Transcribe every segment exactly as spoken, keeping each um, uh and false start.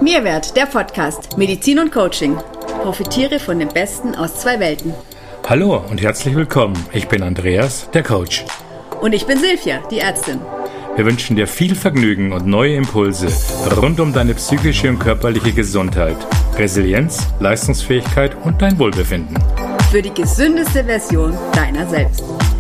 Mehrwert, der Podcast Medizin und Coaching. Profitiere von dem Besten aus zwei Welten. Hallo und herzlich willkommen. Ich bin Andreas, der Coach. Und ich bin Silvia, die Ärztin. Wir wünschen dir viel Vergnügen und neue Impulse rund um deine psychische und körperliche Gesundheit, Resilienz, Leistungsfähigkeit und dein Wohlbefinden. Für die gesündeste Version deiner selbst.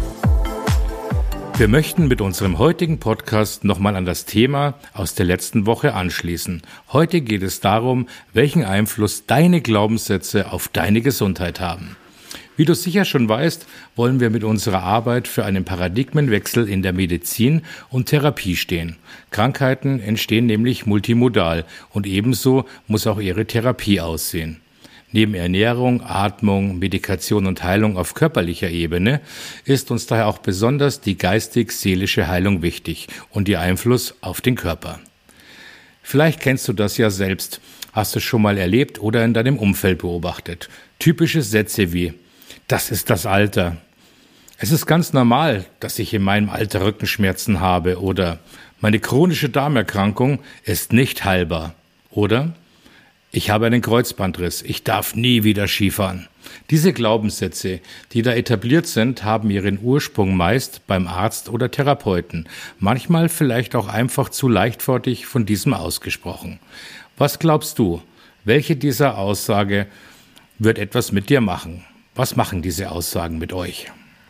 Wir möchten mit unserem heutigen Podcast nochmal an das Thema aus der letzten Woche anschließen. Heute geht es darum, welchen Einfluss deine Glaubenssätze auf deine Gesundheit haben. Wie du sicher schon weißt, wollen wir mit unserer Arbeit für einen Paradigmenwechsel in der Medizin und Therapie stehen. Krankheiten entstehen nämlich multimodal und ebenso muss auch ihre Therapie aussehen. Neben Ernährung, Atmung, Medikation und Heilung auf körperlicher Ebene ist uns daher auch besonders die geistig-seelische Heilung wichtig und ihr Einfluss auf den Körper. Vielleicht kennst du das ja selbst, hast es schon mal erlebt oder in deinem Umfeld beobachtet. Typische Sätze wie: Das ist das Alter. Es ist ganz normal, dass ich in meinem Alter Rückenschmerzen habe oder meine chronische Darmerkrankung ist nicht heilbar oder ich habe einen Kreuzbandriss, ich darf nie wieder Skifahren. Diese Glaubenssätze, die da etabliert sind, haben ihren Ursprung meist beim Arzt oder Therapeuten, manchmal vielleicht auch einfach zu leichtfertig von diesem ausgesprochen. Was glaubst du, welche dieser Aussage wird etwas mit dir machen? Was machen diese Aussagen mit euch?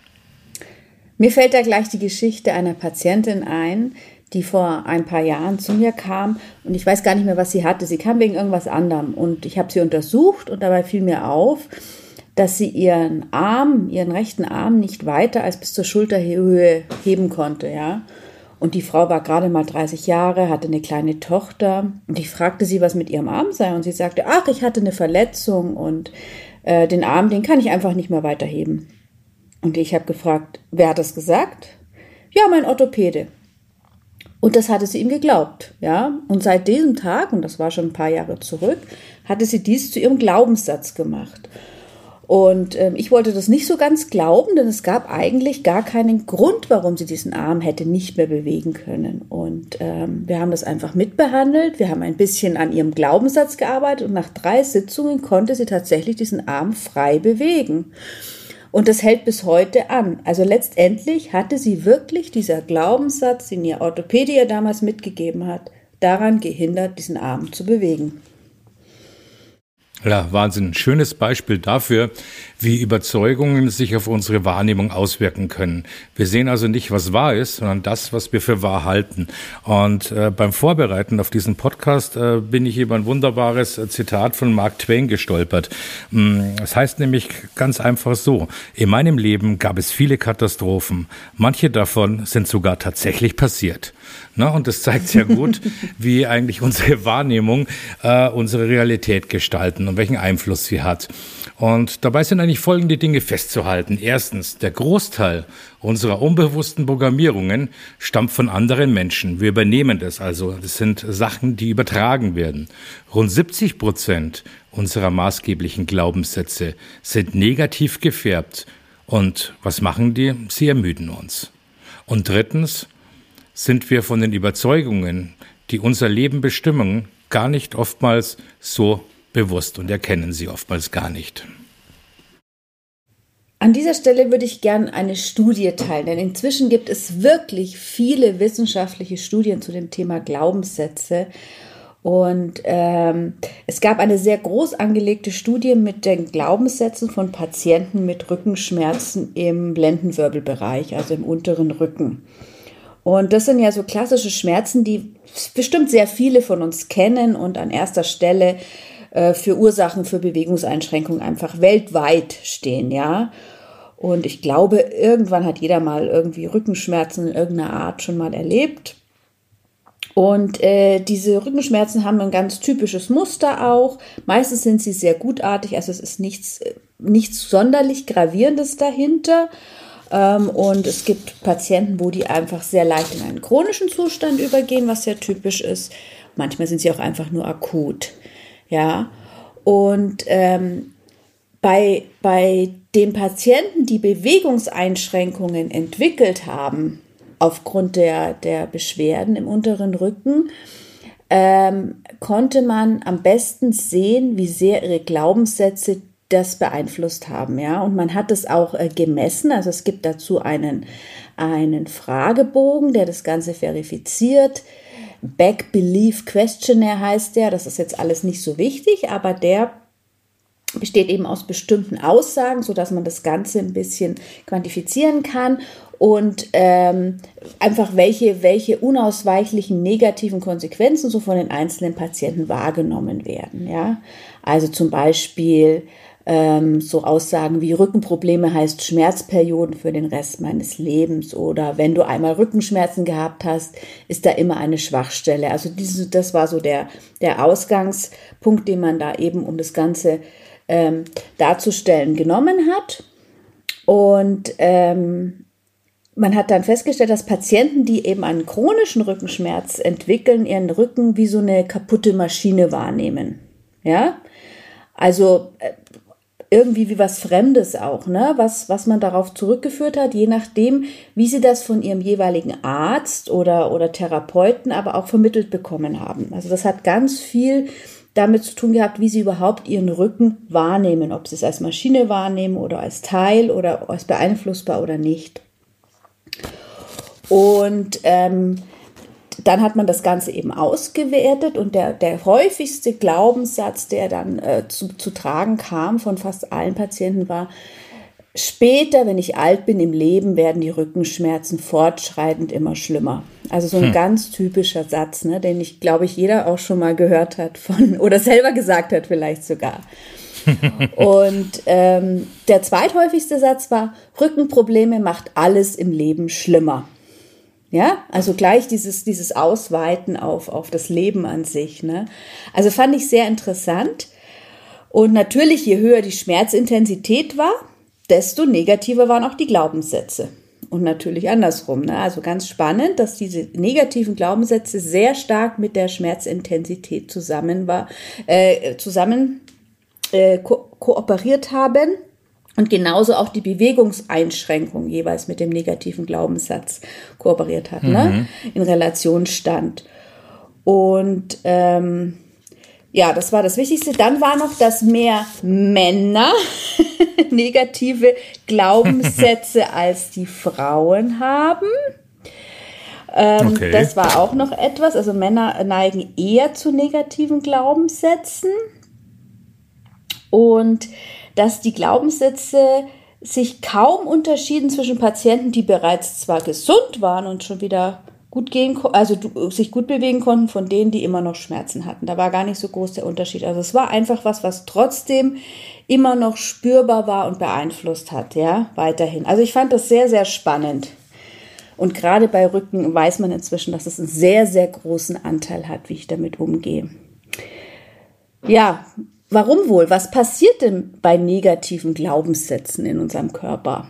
Mir fällt da gleich die Geschichte einer Patientin ein, die vor ein paar Jahren zu mir kam und ich weiß gar nicht mehr, was sie hatte. Sie kam wegen irgendwas anderem und ich habe sie untersucht und dabei fiel mir auf, dass sie ihren Arm, ihren rechten Arm nicht weiter als bis zur Schulterhöhe heben konnte, ja. Und die Frau war gerade mal dreißig Jahre, hatte eine kleine Tochter und ich fragte sie, was mit ihrem Arm sei und sie sagte, ach, ich hatte eine Verletzung und äh, den Arm, den kann ich einfach nicht mehr weiterheben. Und ich habe gefragt, wer hat das gesagt? Ja, mein Orthopäde. Und das hatte sie ihm geglaubt, ja. Und seit diesem Tag, und das war schon ein paar Jahre zurück, hatte sie dies zu ihrem Glaubenssatz gemacht. Und ähm, ich wollte das nicht so ganz glauben, denn es gab eigentlich gar keinen Grund, warum sie diesen Arm hätte nicht mehr bewegen können. Und ähm, wir haben das einfach mitbehandelt, wir haben ein bisschen an ihrem Glaubenssatz gearbeitet und nach drei Sitzungen konnte sie tatsächlich diesen Arm frei bewegen. Und das hält bis heute an. Also letztendlich hatte sie wirklich dieser Glaubenssatz, den ihr Orthopäde ihr damals mitgegeben hat, daran gehindert, diesen Arm zu bewegen. Ja, Wahnsinn. Schönes Beispiel dafür, wie Überzeugungen sich auf unsere Wahrnehmung auswirken können. Wir sehen also nicht, was wahr ist, sondern das, was wir für wahr halten. Und äh, beim Vorbereiten auf diesen Podcast äh, bin ich über ein wunderbares äh, Zitat von Mark Twain gestolpert. Es heißt nämlich ganz einfach so: In meinem Leben gab es viele Katastrophen. Manche davon sind sogar tatsächlich passiert. Na, und das zeigt sehr gut, wie eigentlich unsere Wahrnehmung äh, unsere Realität gestalten und welchen Einfluss sie hat. Und dabei sind eigentlich folgende Dinge festzuhalten. Erstens, der Großteil unserer unbewussten Programmierungen stammt von anderen Menschen. Wir übernehmen das also. Das sind Sachen, die übertragen werden. Rund siebzig Prozent unserer maßgeblichen Glaubenssätze sind negativ gefärbt. Und was machen die? Sie ermüden uns. Und drittens sind wir von den Überzeugungen, die unser Leben bestimmen, gar nicht oftmals so bewusst und erkennen sie oftmals gar nicht. An dieser Stelle würde ich gerne eine Studie teilen, denn inzwischen gibt es wirklich viele wissenschaftliche Studien zu dem Thema Glaubenssätze. Und ähm, es gab eine sehr groß angelegte Studie mit den Glaubenssätzen von Patienten mit Rückenschmerzen im Lendenwirbelbereich, also im unteren Rücken. Und das sind ja so klassische Schmerzen, die bestimmt sehr viele von uns kennen und an erster Stelle äh, für Ursachen für Bewegungseinschränkungen einfach weltweit stehen, ja. Und ich glaube, irgendwann hat jeder mal irgendwie Rückenschmerzen in irgendeiner Art schon mal erlebt. Und äh, diese Rückenschmerzen haben ein ganz typisches Muster auch. Meistens sind sie sehr gutartig, also es ist nichts, nichts sonderlich Gravierendes dahinter. Und es gibt Patienten, wo die einfach sehr leicht in einen chronischen Zustand übergehen, was sehr typisch ist. Manchmal sind sie auch einfach nur akut. Ja, und ähm, bei, bei den Patienten, die Bewegungseinschränkungen entwickelt haben, aufgrund der, der Beschwerden im unteren Rücken, ähm, konnte man am besten sehen, wie sehr ihre Glaubenssätze das beeinflusst haben, ja. Und man hat es auch äh, gemessen. Also es gibt dazu einen, einen Fragebogen, der das Ganze verifiziert. Back Belief Questionnaire heißt der. Das ist jetzt alles nicht so wichtig, aber der besteht eben aus bestimmten Aussagen, sodass man das Ganze ein bisschen quantifizieren kann und ähm, einfach welche, welche unausweichlichen negativen Konsequenzen so von den einzelnen Patienten wahrgenommen werden. Ja? Also zum Beispiel ähm, so Aussagen wie Rückenprobleme heißt Schmerzperioden für den Rest meines Lebens, oder wenn du einmal Rückenschmerzen gehabt hast, ist da immer eine Schwachstelle. Also diese, das war so der, der Ausgangspunkt, den man da eben, um das Ganze ähm, darzustellen, genommen hat. Und ähm, man hat dann festgestellt, dass Patienten, die eben einen chronischen Rückenschmerz entwickeln, ihren Rücken wie so eine kaputte Maschine wahrnehmen. Ja, also äh, irgendwie wie was Fremdes auch, ne? Was, was man darauf zurückgeführt hat, je nachdem, wie sie das von ihrem jeweiligen Arzt oder, oder Therapeuten aber auch vermittelt bekommen haben. Also das hat ganz viel damit zu tun gehabt, wie sie überhaupt ihren Rücken wahrnehmen, ob sie es als Maschine wahrnehmen oder als Teil oder als beeinflussbar oder nicht. Und ähm, dann hat man das Ganze eben ausgewertet und der, der häufigste Glaubenssatz, der dann äh, zu, zu tragen kam von fast allen Patienten, war: Später, wenn ich alt bin im Leben, werden die Rückenschmerzen fortschreitend immer schlimmer. Also so ein hm. ganz typischer Satz, ne, den ich, glaube ich, jeder auch schon mal gehört hat von oder selber gesagt hat vielleicht sogar. Und ähm, der zweithäufigste Satz war: Rückenprobleme macht alles im Leben schlimmer. Ja, also gleich dieses, dieses Ausweiten auf, auf das Leben an sich, ne? Also fand ich sehr interessant. Und natürlich, je höher die Schmerzintensität war, desto negativer waren auch die Glaubenssätze. Und natürlich andersrum, ne? Also ganz spannend, dass diese negativen Glaubenssätze sehr stark mit der Schmerzintensität zusammen war, äh, zusammen äh, ko- kooperiert haben. Und genauso auch die Bewegungseinschränkung jeweils mit dem negativen Glaubenssatz kooperiert hat, mhm. ne? In Relation stand. Und ähm, ja, das war das Wichtigste. Dann war noch, dass mehr Männer negative Glaubenssätze als die Frauen haben. Ähm, okay. Das war auch noch etwas. Also Männer neigen eher zu negativen Glaubenssätzen. Und dass die Glaubenssätze sich kaum unterschieden zwischen Patienten, die bereits zwar gesund waren und schon wieder gut gehen, also sich gut bewegen konnten, von denen, die immer noch Schmerzen hatten. Da war gar nicht so groß der Unterschied. Also es war einfach was, was trotzdem immer noch spürbar war und beeinflusst hat, ja, weiterhin. Also ich fand das sehr, sehr spannend. Und gerade bei Rücken weiß man inzwischen, dass es einen sehr, sehr großen Anteil hat, wie ich damit umgehe. Ja, warum wohl? Was passiert denn bei negativen Glaubenssätzen in unserem Körper?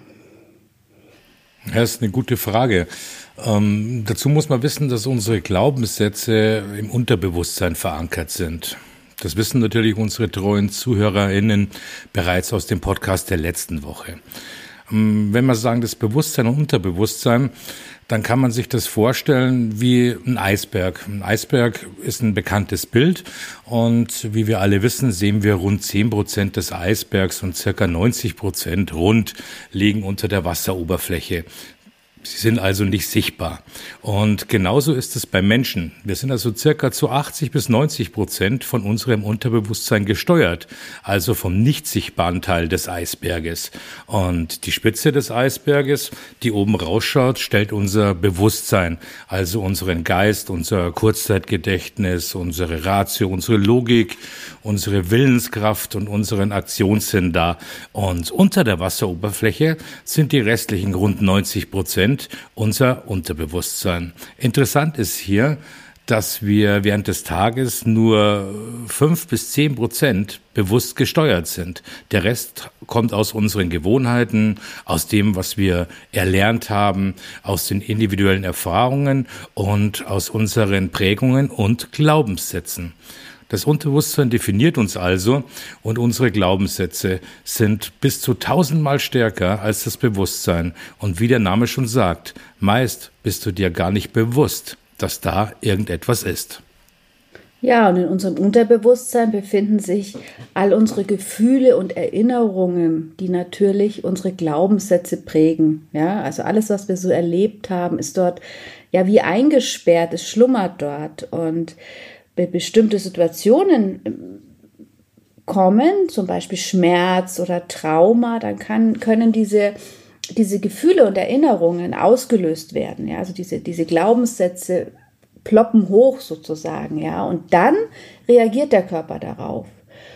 Ja, das ist eine gute Frage. Ähm, dazu muss man wissen, dass unsere Glaubenssätze im Unterbewusstsein verankert sind. Das wissen natürlich unsere treuen ZuhörerInnen bereits aus dem Podcast der letzten Woche. Ähm, wenn wir sagen, das Bewusstsein und Unterbewusstsein, dann kann man sich das vorstellen wie ein Eisberg. Ein Eisberg ist ein bekanntes Bild und wie wir alle wissen, sehen wir rund zehn Prozent des Eisbergs und circa neunzig Prozent rund liegen unter der Wasseroberfläche. Sie sind also nicht sichtbar. Und genauso ist es bei Menschen. Wir sind also circa zu achtzig bis neunzig Prozent von unserem Unterbewusstsein gesteuert, also vom nicht sichtbaren Teil des Eisberges. Und die Spitze des Eisberges, die oben rausschaut, stellt unser Bewusstsein, also unseren Geist, unser Kurzzeitgedächtnis, unsere Ratio, unsere Logik, unsere Willenskraft und unseren Aktionssinn dar. Und unter der Wasseroberfläche sind die restlichen rund neunzig Prozent unser Unterbewusstsein. Interessant ist hier, dass wir während des Tages nur fünf bis zehn Prozent bewusst gesteuert sind. Der Rest kommt aus unseren Gewohnheiten, aus dem, was wir erlernt haben, aus den individuellen Erfahrungen und aus unseren Prägungen und Glaubenssätzen. Das Unterbewusstsein definiert uns also und unsere Glaubenssätze sind bis zu tausendmal stärker als das Bewusstsein. Und wie der Name schon sagt, meist bist du dir gar nicht bewusst, dass da irgendetwas ist. Ja, und in unserem Unterbewusstsein befinden sich all unsere Gefühle und Erinnerungen, die natürlich unsere Glaubenssätze prägen. Ja, also alles, was wir so erlebt haben, ist dort ja wie eingesperrt, es schlummert dort. Und wenn bestimmte Situationen kommen, zum Beispiel Schmerz oder Trauma, dann kann, können diese, diese Gefühle und Erinnerungen ausgelöst werden. Ja, also diese, diese Glaubenssätze ploppen hoch sozusagen, ja, und dann reagiert der Körper darauf.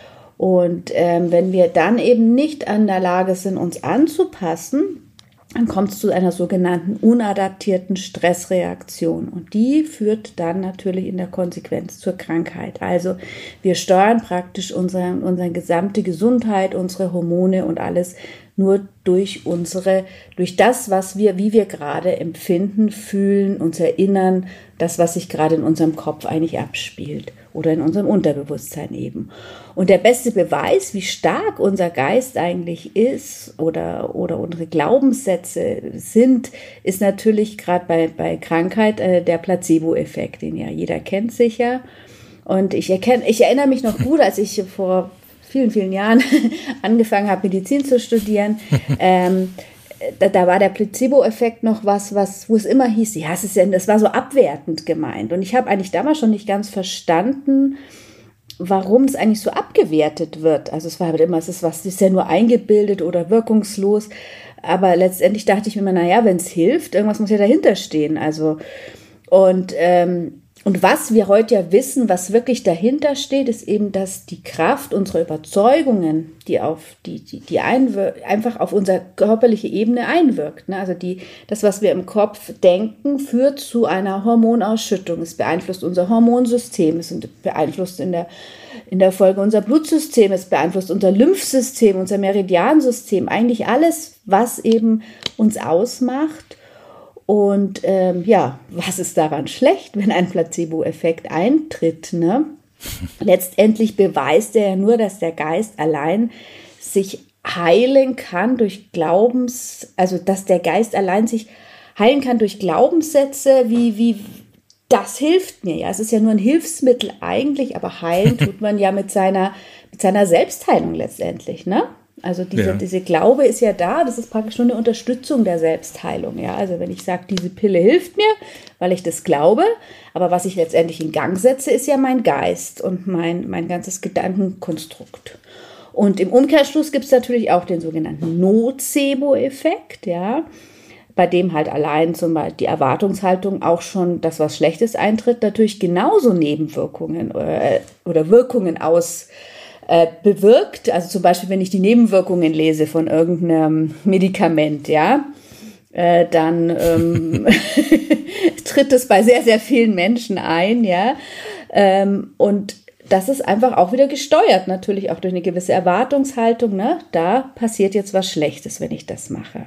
Und ähm, wenn wir dann eben nicht an der Lage sind, uns anzupassen, dann kommt es zu einer sogenannten unadaptierten Stressreaktion. Und die führt dann natürlich in der Konsequenz zur Krankheit. Also wir steuern praktisch unsere, unsere gesamte Gesundheit, unsere Hormone und alles nur durch unsere, durch das, was wir, wie wir gerade empfinden, fühlen, uns erinnern, das, was sich gerade in unserem Kopf eigentlich abspielt oder in unserem Unterbewusstsein eben. Und der beste Beweis, wie stark unser Geist eigentlich ist oder, oder unsere Glaubenssätze sind, ist natürlich gerade bei, bei Krankheit äh, der Placebo-Effekt, den ja jeder kennt sicher. Und ich erkenne, ich erinnere mich noch gut, als ich vor vielen, vielen Jahren angefangen habe, Medizin zu studieren, ähm, da, da war der Placebo-Effekt noch was, was, wo es immer hieß, ja, es ist ja, das war so abwertend gemeint. Und ich habe eigentlich damals schon nicht ganz verstanden, warum es eigentlich so abgewertet wird. Also es war halt immer, es ist was, es ist ja nur eingebildet oder wirkungslos. Aber letztendlich dachte ich mir immer, naja, wenn es hilft, irgendwas muss ja dahinter stehen. Also, und, ähm, Und was wir heute ja wissen, was wirklich dahinter steht, ist eben, dass die Kraft unserer Überzeugungen, die auf die, die, die einwir- einfach auf unsere körperliche Ebene einwirkt. Ne? Also die, das, was wir im Kopf denken, führt zu einer Hormonausschüttung. Es beeinflusst unser Hormonsystem, es beeinflusst in der, in der Folge unser Blutsystem, es beeinflusst unser Lymphsystem, unser Meridiansystem, eigentlich alles, was eben uns ausmacht. Und ähm, ja, was ist daran schlecht, wenn ein Placebo-Effekt eintritt? Ne? Letztendlich beweist er ja nur, dass der Geist allein sich heilen kann durch Glaubens, also dass der Geist allein sich heilen kann durch Glaubenssätze, wie, wie das hilft mir. Ja, es ist ja nur ein Hilfsmittel eigentlich, aber heilen tut man ja mit seiner, mit seiner Selbstheilung letztendlich, ne? Also diese, ja. diese Glaube ist ja da, das ist praktisch nur eine Unterstützung der Selbstheilung. Ja? Also wenn ich sage, diese Pille hilft mir, weil ich das glaube, aber was ich letztendlich in Gang setze, ist ja mein Geist und mein, mein ganzes Gedankenkonstrukt. Und im Umkehrschluss gibt es natürlich auch den sogenannten Nocebo-Effekt, ja, bei dem halt allein zum Beispiel die Erwartungshaltung auch schon, dass was Schlechtes eintritt, natürlich genauso Nebenwirkungen oder, oder Wirkungen aus bewirkt, also zum Beispiel, wenn ich die Nebenwirkungen lese von irgendeinem Medikament, ja, äh, dann ähm, tritt es bei sehr, sehr vielen Menschen ein, ja, ähm, und das ist einfach auch wieder gesteuert, natürlich auch durch eine gewisse Erwartungshaltung, ne, da passiert jetzt was Schlechtes, wenn ich das mache.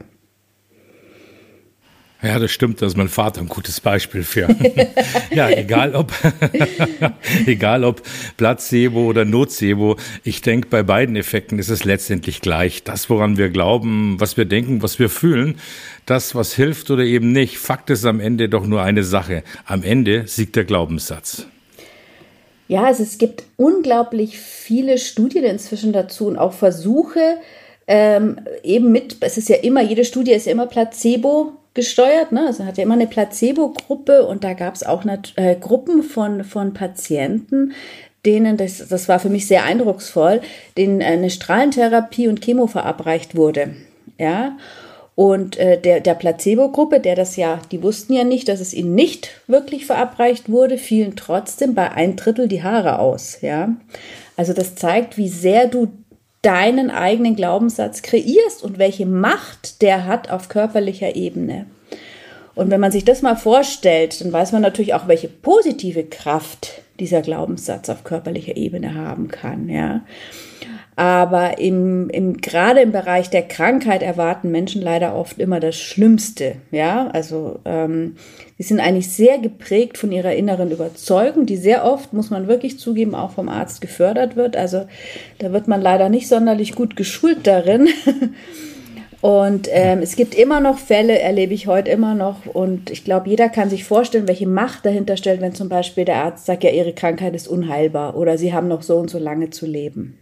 Ja, das stimmt, da ist mein Vater ein gutes Beispiel für. Ja, egal ob, egal ob Placebo oder Nocebo, ich denke, bei beiden Effekten ist es letztendlich gleich. Das, woran wir glauben, was wir denken, was wir fühlen, das, was hilft oder eben nicht. Fakt ist am Ende doch nur eine Sache. Am Ende siegt der Glaubenssatz. Ja, also es gibt unglaublich viele Studien inzwischen dazu und auch Versuche, ähm, eben mit, es ist ja immer, jede Studie ist ja immer Placebo gesteuert, ne? Also hat ja immer eine Placebo-Gruppe und da gab es auch nat- äh, Gruppen von, von Patienten, denen, das, das war für mich sehr eindrucksvoll, denen äh, eine Strahlentherapie und Chemo verabreicht wurde, ja. Und äh, der, der Placebo-Gruppe, der das ja, die wussten ja nicht, dass es ihnen nicht wirklich verabreicht wurde, fielen trotzdem bei ein Drittel die Haare aus, ja. Also das zeigt, wie sehr du deinen eigenen Glaubenssatz kreierst und welche Macht der hat auf körperlicher Ebene. Und wenn man sich das mal vorstellt, dann weiß man natürlich auch, welche positive Kraft dieser Glaubenssatz auf körperlicher Ebene haben kann, ja. Aber im, im, gerade im Bereich der Krankheit erwarten Menschen leider oft immer das Schlimmste, ja. Also ähm, die sind eigentlich sehr geprägt von ihrer inneren Überzeugung, die sehr oft, muss man wirklich zugeben, auch vom Arzt gefördert wird. Also da wird man leider nicht sonderlich gut geschult darin. Und ähm, es gibt immer noch Fälle, erlebe ich heute immer noch. Und ich glaube, jeder kann sich vorstellen, welche Macht dahinter stellt, wenn zum Beispiel der Arzt sagt, ja, Ihre Krankheit ist unheilbar oder Sie haben noch so und so lange zu leben.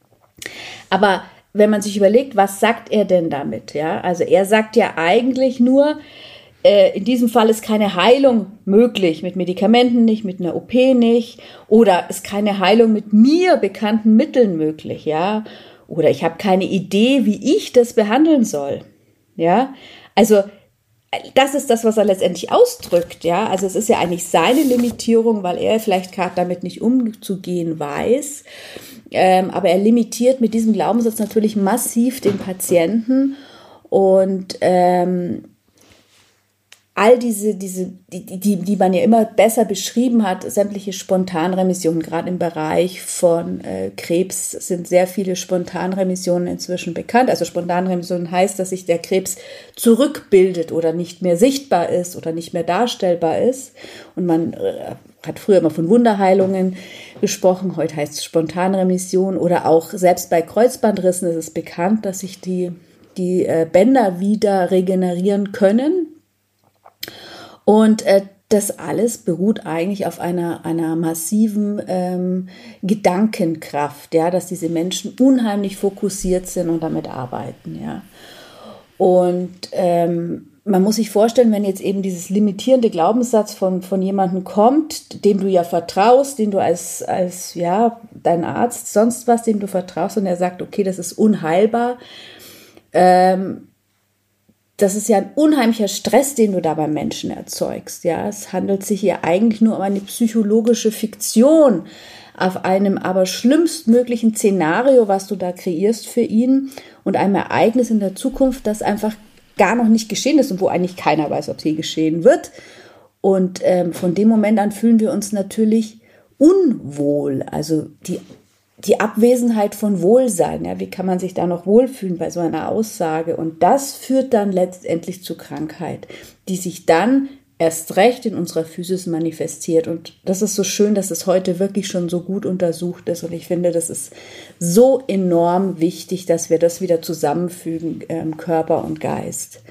Aber wenn man sich überlegt, was sagt er denn damit? Ja, also er sagt ja eigentlich nur, äh, in diesem Fall ist keine Heilung möglich, mit Medikamenten nicht, mit einer O P nicht, oder ist keine Heilung mit mir bekannten Mitteln möglich, ja, oder ich habe keine Idee, wie ich das behandeln soll, ja, also das ist das, was er letztendlich ausdrückt, ja, also es ist ja eigentlich seine Limitierung, weil er vielleicht gerade damit nicht umzugehen weiß, ähm, aber er limitiert mit diesem Glaubenssatz natürlich massiv den Patienten und ähm, all diese, diese, die, die, die man ja immer besser beschrieben hat, sämtliche Spontanremissionen, gerade im Bereich von äh, Krebs sind sehr viele Spontanremissionen inzwischen bekannt. Also Spontanremission heißt, dass sich der Krebs zurückbildet oder nicht mehr sichtbar ist oder nicht mehr darstellbar ist. Und man äh, hat früher immer von Wunderheilungen gesprochen, heute heißt es Spontanremission oder auch selbst bei Kreuzbandrissen ist es bekannt, dass sich die, die äh, Bänder wieder regenerieren können. Und äh, das alles beruht eigentlich auf einer, einer massiven ähm, Gedankenkraft, ja, dass diese Menschen unheimlich fokussiert sind und damit arbeiten, ja. Und ähm, man muss sich vorstellen, wenn jetzt eben dieses limitierende Glaubenssatz von, von jemandem kommt, dem du ja vertraust, den du als, als ja, dein Arzt, sonst was, dem du vertraust, und er sagt, okay, das ist unheilbar, ähm, das ist ja ein unheimlicher Stress, den du da beim Menschen erzeugst. Ja, es handelt sich hier eigentlich nur um eine psychologische Fiktion auf einem aber schlimmstmöglichen Szenario, was du da kreierst für ihn und einem Ereignis in der Zukunft, das einfach gar noch nicht geschehen ist und wo eigentlich keiner weiß, ob es je geschehen wird. Und ähm, von dem Moment an fühlen wir uns natürlich unwohl. Also die Die Abwesenheit von Wohlsein, ja, wie kann man sich da noch wohlfühlen bei so einer Aussage? Und das führt dann letztendlich zu Krankheit, die sich dann erst recht in unserer Physis manifestiert. Und das ist so schön, dass es heute wirklich schon so gut untersucht ist. Und ich finde, das ist so enorm wichtig, dass wir das wieder zusammenfügen, ähm, Körper und Geist.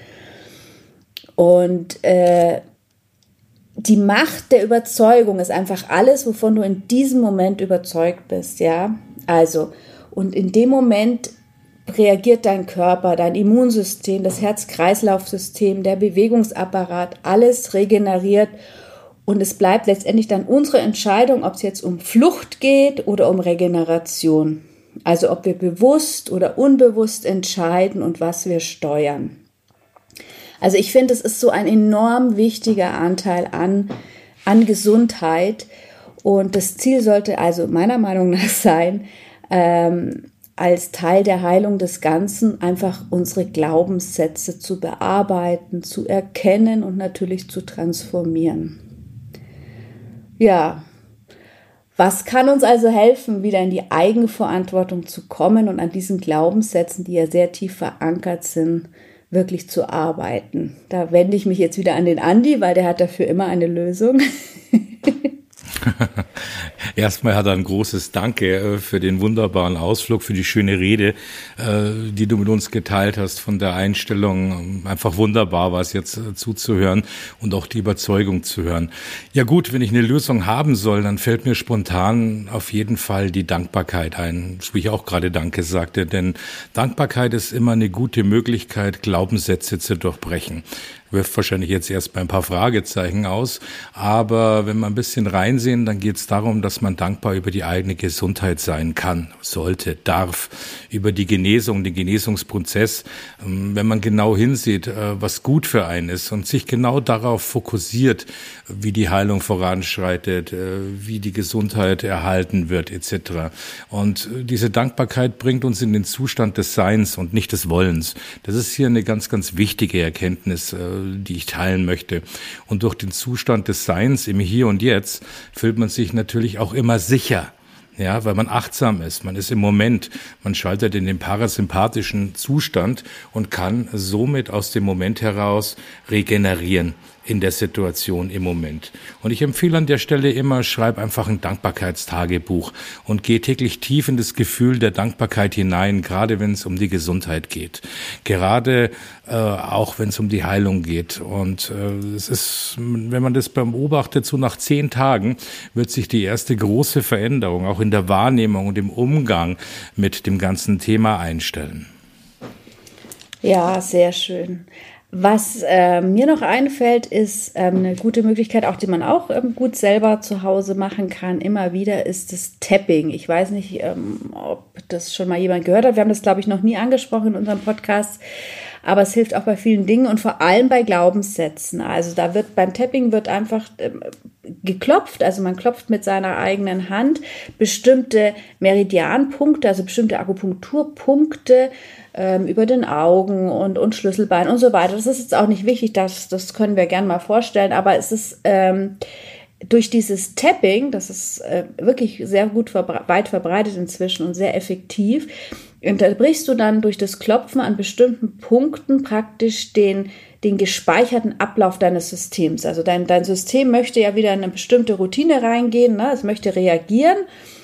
Und äh, die Macht der Überzeugung ist einfach alles, wovon du in diesem Moment überzeugt bist, ja. Also, und in dem Moment reagiert dein Körper, dein Immunsystem, das Herz-Kreislauf-System, der Bewegungsapparat, alles regeneriert und es bleibt letztendlich dann unsere Entscheidung, ob es jetzt um Flucht geht oder um Regeneration. Also, ob wir bewusst oder unbewusst entscheiden und was wir steuern. Also ich finde, es ist so ein enorm wichtiger Anteil an, an Gesundheit und das Ziel sollte also meiner Meinung nach sein, ähm, als Teil der Heilung des Ganzen einfach unsere Glaubenssätze zu bearbeiten, zu erkennen und natürlich zu transformieren. Ja, was kann uns also helfen, wieder in die Eigenverantwortung zu kommen und an diesen Glaubenssätzen, die ja sehr tief verankert sind, wirklich zu arbeiten? Da wende ich mich jetzt wieder an den Andi, weil der hat dafür immer eine Lösung. Erstmal hat er ein großes Danke für den wunderbaren Ausflug, für die schöne Rede, die du mit uns geteilt hast, von der Einstellung. Einfach wunderbar war es jetzt zuzuhören und auch die Überzeugung zu hören. Ja gut, wenn ich eine Lösung haben soll, dann fällt mir spontan auf jeden Fall die Dankbarkeit ein, so wie ich auch gerade Danke sagte, denn Dankbarkeit ist immer eine gute Möglichkeit, Glaubenssätze zu durchbrechen. Wirft wahrscheinlich jetzt erst bei ein paar Fragezeichen aus, aber wenn wir ein bisschen reinsehen, dann geht es darum, dass man dankbar über die eigene Gesundheit sein kann, sollte, darf, über die Genesung, den Genesungsprozess, wenn man genau hinsieht, was gut für einen ist und sich genau darauf fokussiert, wie die Heilung voranschreitet, wie die Gesundheit erhalten wird, et cetera. Und diese Dankbarkeit bringt uns in den Zustand des Seins und nicht des Wollens. Das ist hier eine ganz, ganz wichtige Erkenntnis, die ich teilen möchte. Und durch den Zustand des Seins im Hier und Jetzt fühlt man sich natürlich auch immer sicher. Ja, weil man achtsam ist, man ist im Moment, man schaltet in den parasympathischen Zustand und kann somit aus dem Moment heraus regenerieren. in der Situation im Moment. Und ich empfehle an der Stelle immer, schreib einfach ein Dankbarkeitstagebuch und geh täglich tief in das Gefühl der Dankbarkeit hinein, gerade wenn es um die Gesundheit geht. Gerade äh, auch wenn es um die Heilung geht. Und äh, es ist, wenn man das beobachtet, so nach zehn Tagen wird sich die erste große Veränderung auch in der Wahrnehmung und im Umgang mit dem ganzen Thema einstellen. Ja, sehr schön. Was äh, mir noch einfällt, ist ähm, eine gute Möglichkeit, auch die man auch ähm, gut selber zu Hause machen kann, immer wieder, ist das Tapping. Ich weiß nicht, ähm, ob das schon mal jemand gehört hat. Wir haben das, glaube ich, noch nie angesprochen in unserem Podcast. Aber es hilft auch bei vielen Dingen und vor allem bei Glaubenssätzen. Also da wird beim Tapping wird einfach ähm, geklopft, also man klopft mit seiner eigenen Hand bestimmte Meridianpunkte, also bestimmte Akupunkturpunkte ähm, über den Augen und, und Schlüsselbein und so weiter. Das ist jetzt auch nicht wichtig, das, das können wir gerne mal vorstellen, aber es ist ähm, durch dieses Tapping, das ist äh, wirklich sehr gut verbre- weit verbreitet inzwischen und sehr effektiv, unterbrichst du dann durch das Klopfen an bestimmten Punkten praktisch den, den gespeicherten Ablauf deines Systems. Also dein, dein System möchte ja wieder in eine bestimmte Routine reingehen, ne? Es möchte reagieren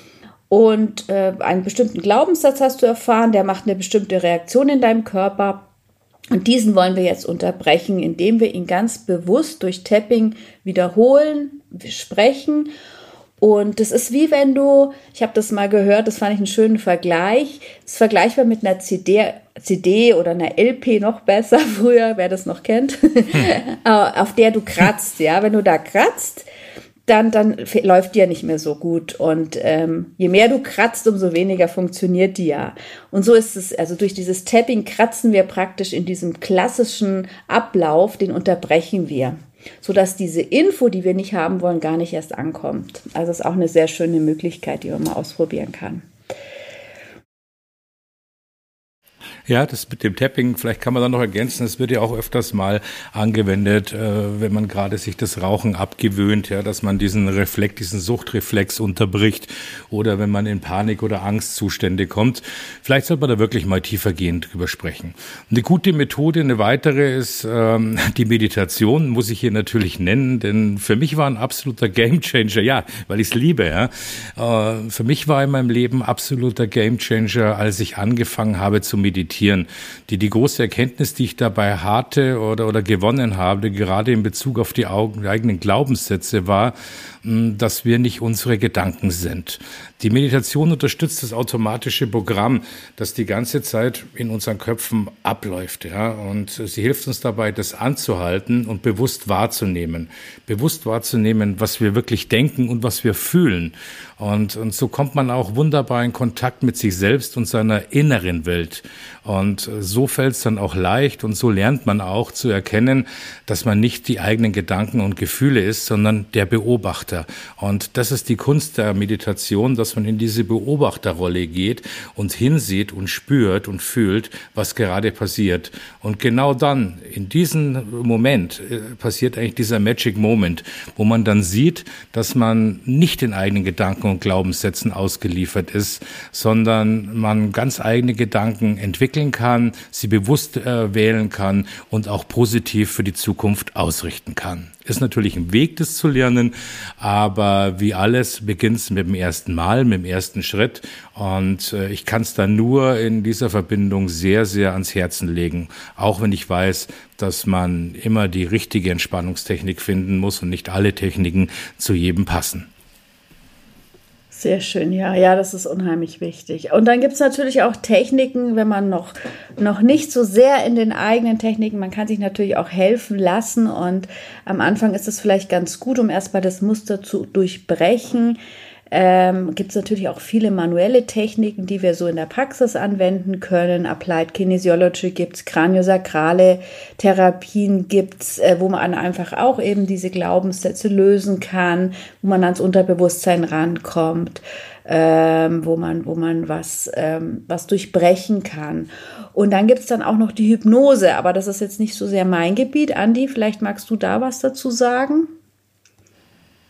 und äh, einen bestimmten Glaubenssatz hast du erfahren, der macht eine bestimmte Reaktion in deinem Körper. Und diesen wollen wir jetzt unterbrechen, indem wir ihn ganz bewusst durch Tapping wiederholen, sprechen. Und das ist wie wenn du, ich habe das mal gehört, das fand ich einen schönen Vergleich, das ist vergleichbar mit einer C D, C D oder einer L P noch besser, früher, wer das noch kennt, auf der du kratzt. Ja, wenn du da kratzt, dann, dann läuft die ja nicht mehr so gut. Und ähm, je mehr du kratzt, umso weniger funktioniert die ja. Und so ist es, also durch dieses Tapping kratzen wir praktisch in diesem klassischen Ablauf, den unterbrechen wir, sodass diese Info, die wir nicht haben wollen, gar nicht erst ankommt. Also das ist auch eine sehr schöne Möglichkeit, die man mal ausprobieren kann. Ja, das mit dem Tapping, vielleicht kann man da noch ergänzen, es wird ja auch öfters mal angewendet, äh, wenn man gerade sich das Rauchen abgewöhnt, ja, dass man diesen Reflex, diesen Suchtreflex unterbricht oder wenn man in Panik- oder Angstzustände kommt. Vielleicht sollte man da wirklich mal tiefergehend drüber sprechen. Eine gute Methode, eine weitere ist ähm, die Meditation, muss ich hier natürlich nennen, denn für mich war ein absoluter Gamechanger, ja, weil ich es liebe, ja. Äh, für mich war in meinem Leben absoluter Gamechanger, als ich angefangen habe zu meditieren. Die, die große Erkenntnis, die ich dabei hatte oder, oder gewonnen habe, gerade in Bezug auf die, Augen, die eigenen Glaubenssätze, war, dass wir nicht unsere Gedanken sind. Die Meditation unterstützt das automatische Programm, das die ganze Zeit in unseren Köpfen abläuft, ja, und sie hilft uns dabei, das anzuhalten und bewusst wahrzunehmen. Bewusst wahrzunehmen, was wir wirklich denken und was wir fühlen. Und, und so kommt man auch wunderbar in Kontakt mit sich selbst und seiner inneren Welt. Und so fällt es dann auch leicht und so lernt man auch zu erkennen, dass man nicht die eigenen Gedanken und Gefühle ist, sondern der Beobachter. Und das ist die Kunst der Meditation, dass man in diese Beobachterrolle geht und hinsieht und spürt und fühlt, was gerade passiert. Und genau dann, in diesem Moment, passiert eigentlich dieser Magic Moment, wo man dann sieht, dass man nicht den eigenen Gedanken und Glaubenssätzen ausgeliefert ist, sondern man ganz eigene Gedanken entwickeln kann, sie bewusst äh, wählen kann und auch positiv für die Zukunft ausrichten kann. Ist natürlich ein Weg, das zu lernen, aber wie alles beginnt es mit dem ersten Mal, mit dem ersten Schritt und äh, ich kann es dann nur in dieser Verbindung sehr, sehr ans Herzen legen, auch wenn ich weiß, dass man immer die richtige Entspannungstechnik finden muss und nicht alle Techniken zu jedem passen. Sehr schön, ja, ja, das ist unheimlich wichtig. Und dann gibt es natürlich auch Techniken, wenn man noch, noch nicht so sehr in den eigenen Techniken, man kann sich natürlich auch helfen lassen und am Anfang ist es vielleicht ganz gut, um erstmal das Muster zu durchbrechen. Ähm, gibt es natürlich auch viele manuelle Techniken, die wir so in der Praxis anwenden können. Applied Kinesiology gibt's, kraniosakrale Therapien gibt's, äh, wo man einfach auch eben diese Glaubenssätze lösen kann, wo man ans Unterbewusstsein rankommt, ähm, wo man, wo man was, ähm, was durchbrechen kann. Und dann gibt's dann auch noch die Hypnose, aber das ist jetzt nicht so sehr mein Gebiet. Andi, vielleicht magst du da was dazu sagen?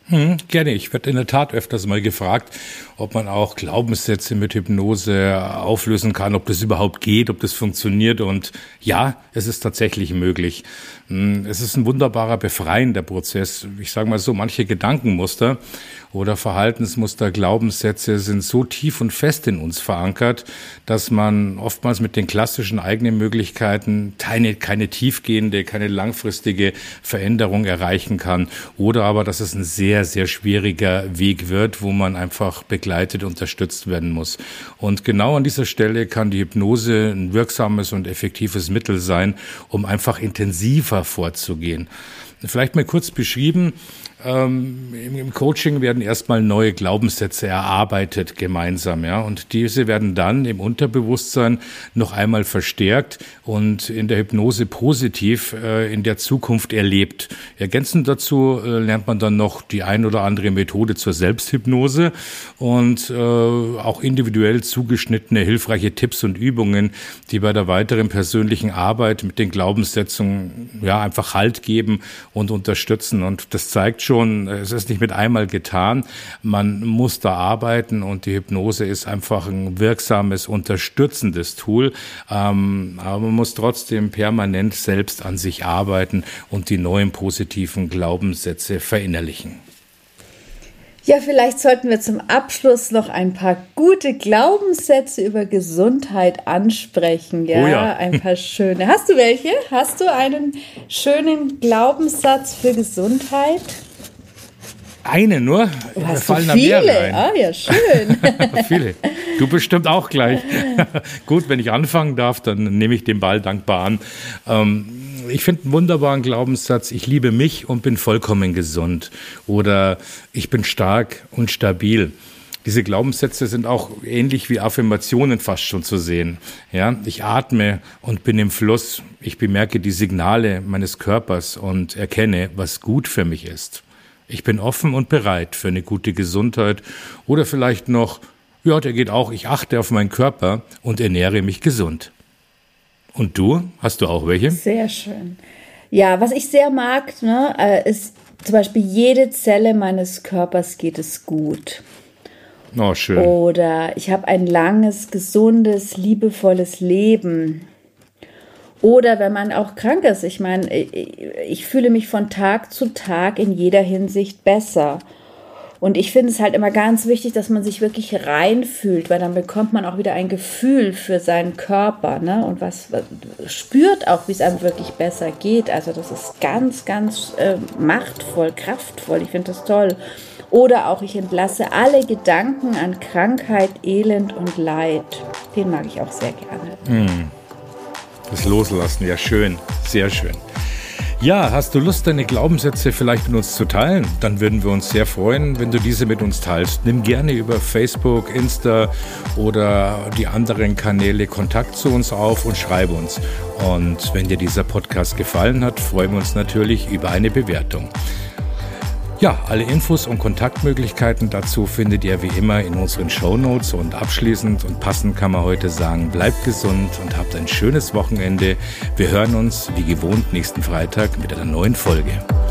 Hm, gerne. Ich werde in der Tat öfters mal gefragt, ob man auch Glaubenssätze mit Hypnose auflösen kann, ob das überhaupt geht, ob das funktioniert. Und ja, es ist tatsächlich möglich. Es ist ein wunderbarer, befreiender Prozess. Ich sage mal so, manche Gedankenmuster oder Verhaltensmuster, Glaubenssätze sind so tief und fest in uns verankert, dass man oftmals mit den klassischen eigenen Möglichkeiten keine, keine tiefgehende, keine langfristige Veränderung erreichen kann. Oder aber, dass es ein sehr, sehr schwieriger Weg wird, wo man einfach begleitet, unterstützt werden muss. Und genau an dieser Stelle kann die Hypnose ein wirksames und effektives Mittel sein, um einfach intensiver vorzugehen. Vielleicht mal kurz beschrieben, ähm, im Coaching werden erstmal neue Glaubenssätze erarbeitet gemeinsam, ja, und diese werden dann im Unterbewusstsein noch einmal verstärkt und in der Hypnose positiv äh, in der Zukunft erlebt. Ergänzend dazu äh, lernt man dann noch die ein oder andere Methode zur Selbsthypnose und äh, auch individuell zugeschnittene hilfreiche Tipps und Übungen, die bei der weiteren persönlichen Arbeit mit den Glaubenssätzen ja einfach Halt geben und unterstützen. Und das zeigt schon, es ist nicht mit einmal getan. Man muss da arbeiten und die Hypnose ist einfach ein wirksames, unterstützendes Tool. Ähm, aber man muss trotzdem permanent selbst an sich arbeiten und die neuen positiven Glaubenssätze verinnerlichen. Ja, vielleicht sollten wir zum Abschluss noch ein paar gute Glaubenssätze über Gesundheit ansprechen. Ja, oh ja. Ein paar schöne. Hast du welche? Hast du einen schönen Glaubenssatz für Gesundheit? Eine nur? Oh, Wir hast fallen du viele? Da ein. Ah, ja, schön. Viele. Du bestimmt auch gleich. Gut, wenn ich anfangen darf, dann nehme ich den Ball dankbar an. Ähm, Ich finde einen wunderbaren Glaubenssatz, ich liebe mich und bin vollkommen gesund. Oder ich bin stark und stabil. Diese Glaubenssätze sind auch ähnlich wie Affirmationen fast schon zu sehen. Ja, ich atme und bin im Fluss. Ich bemerke die Signale meines Körpers und erkenne, was gut für mich ist. Ich bin offen und bereit für eine gute Gesundheit. Oder vielleicht noch, ja, der geht auch, ich achte auf meinen Körper und ernähre mich gesund. Und du? Hast du auch welche? Sehr schön. Ja, was ich sehr mag, ne, ist zum Beispiel, jede Zelle meines Körpers geht es gut. Oh, schön. Oder ich habe ein langes, gesundes, liebevolles Leben. Oder wenn man auch krank ist. Ich meine, ich, ich fühle mich von Tag zu Tag in jeder Hinsicht besser. Und ich finde es halt immer ganz wichtig, dass man sich wirklich reinfühlt, weil dann bekommt man auch wieder ein Gefühl für seinen Körper, ne? Und was, was spürt auch, wie es einem wirklich besser geht. Also das ist ganz, ganz äh, machtvoll, kraftvoll. Ich finde das toll. Oder auch, ich entlasse alle Gedanken an Krankheit, Elend und Leid. Den mag ich auch sehr gerne. Mm. Das Loslassen, ja schön, sehr schön. Ja, hast du Lust, deine Glaubenssätze vielleicht mit uns zu teilen? Dann würden wir uns sehr freuen, wenn du diese mit uns teilst. Nimm gerne über Facebook, Insta oder die anderen Kanäle Kontakt zu uns auf und schreibe uns. Und wenn dir dieser Podcast gefallen hat, freuen wir uns natürlich über eine Bewertung. Ja, alle Infos und Kontaktmöglichkeiten dazu findet ihr wie immer in unseren Shownotes. Und abschließend und passend kann man heute sagen, bleibt gesund und habt ein schönes Wochenende. Wir hören uns wie gewohnt nächsten Freitag mit einer neuen Folge.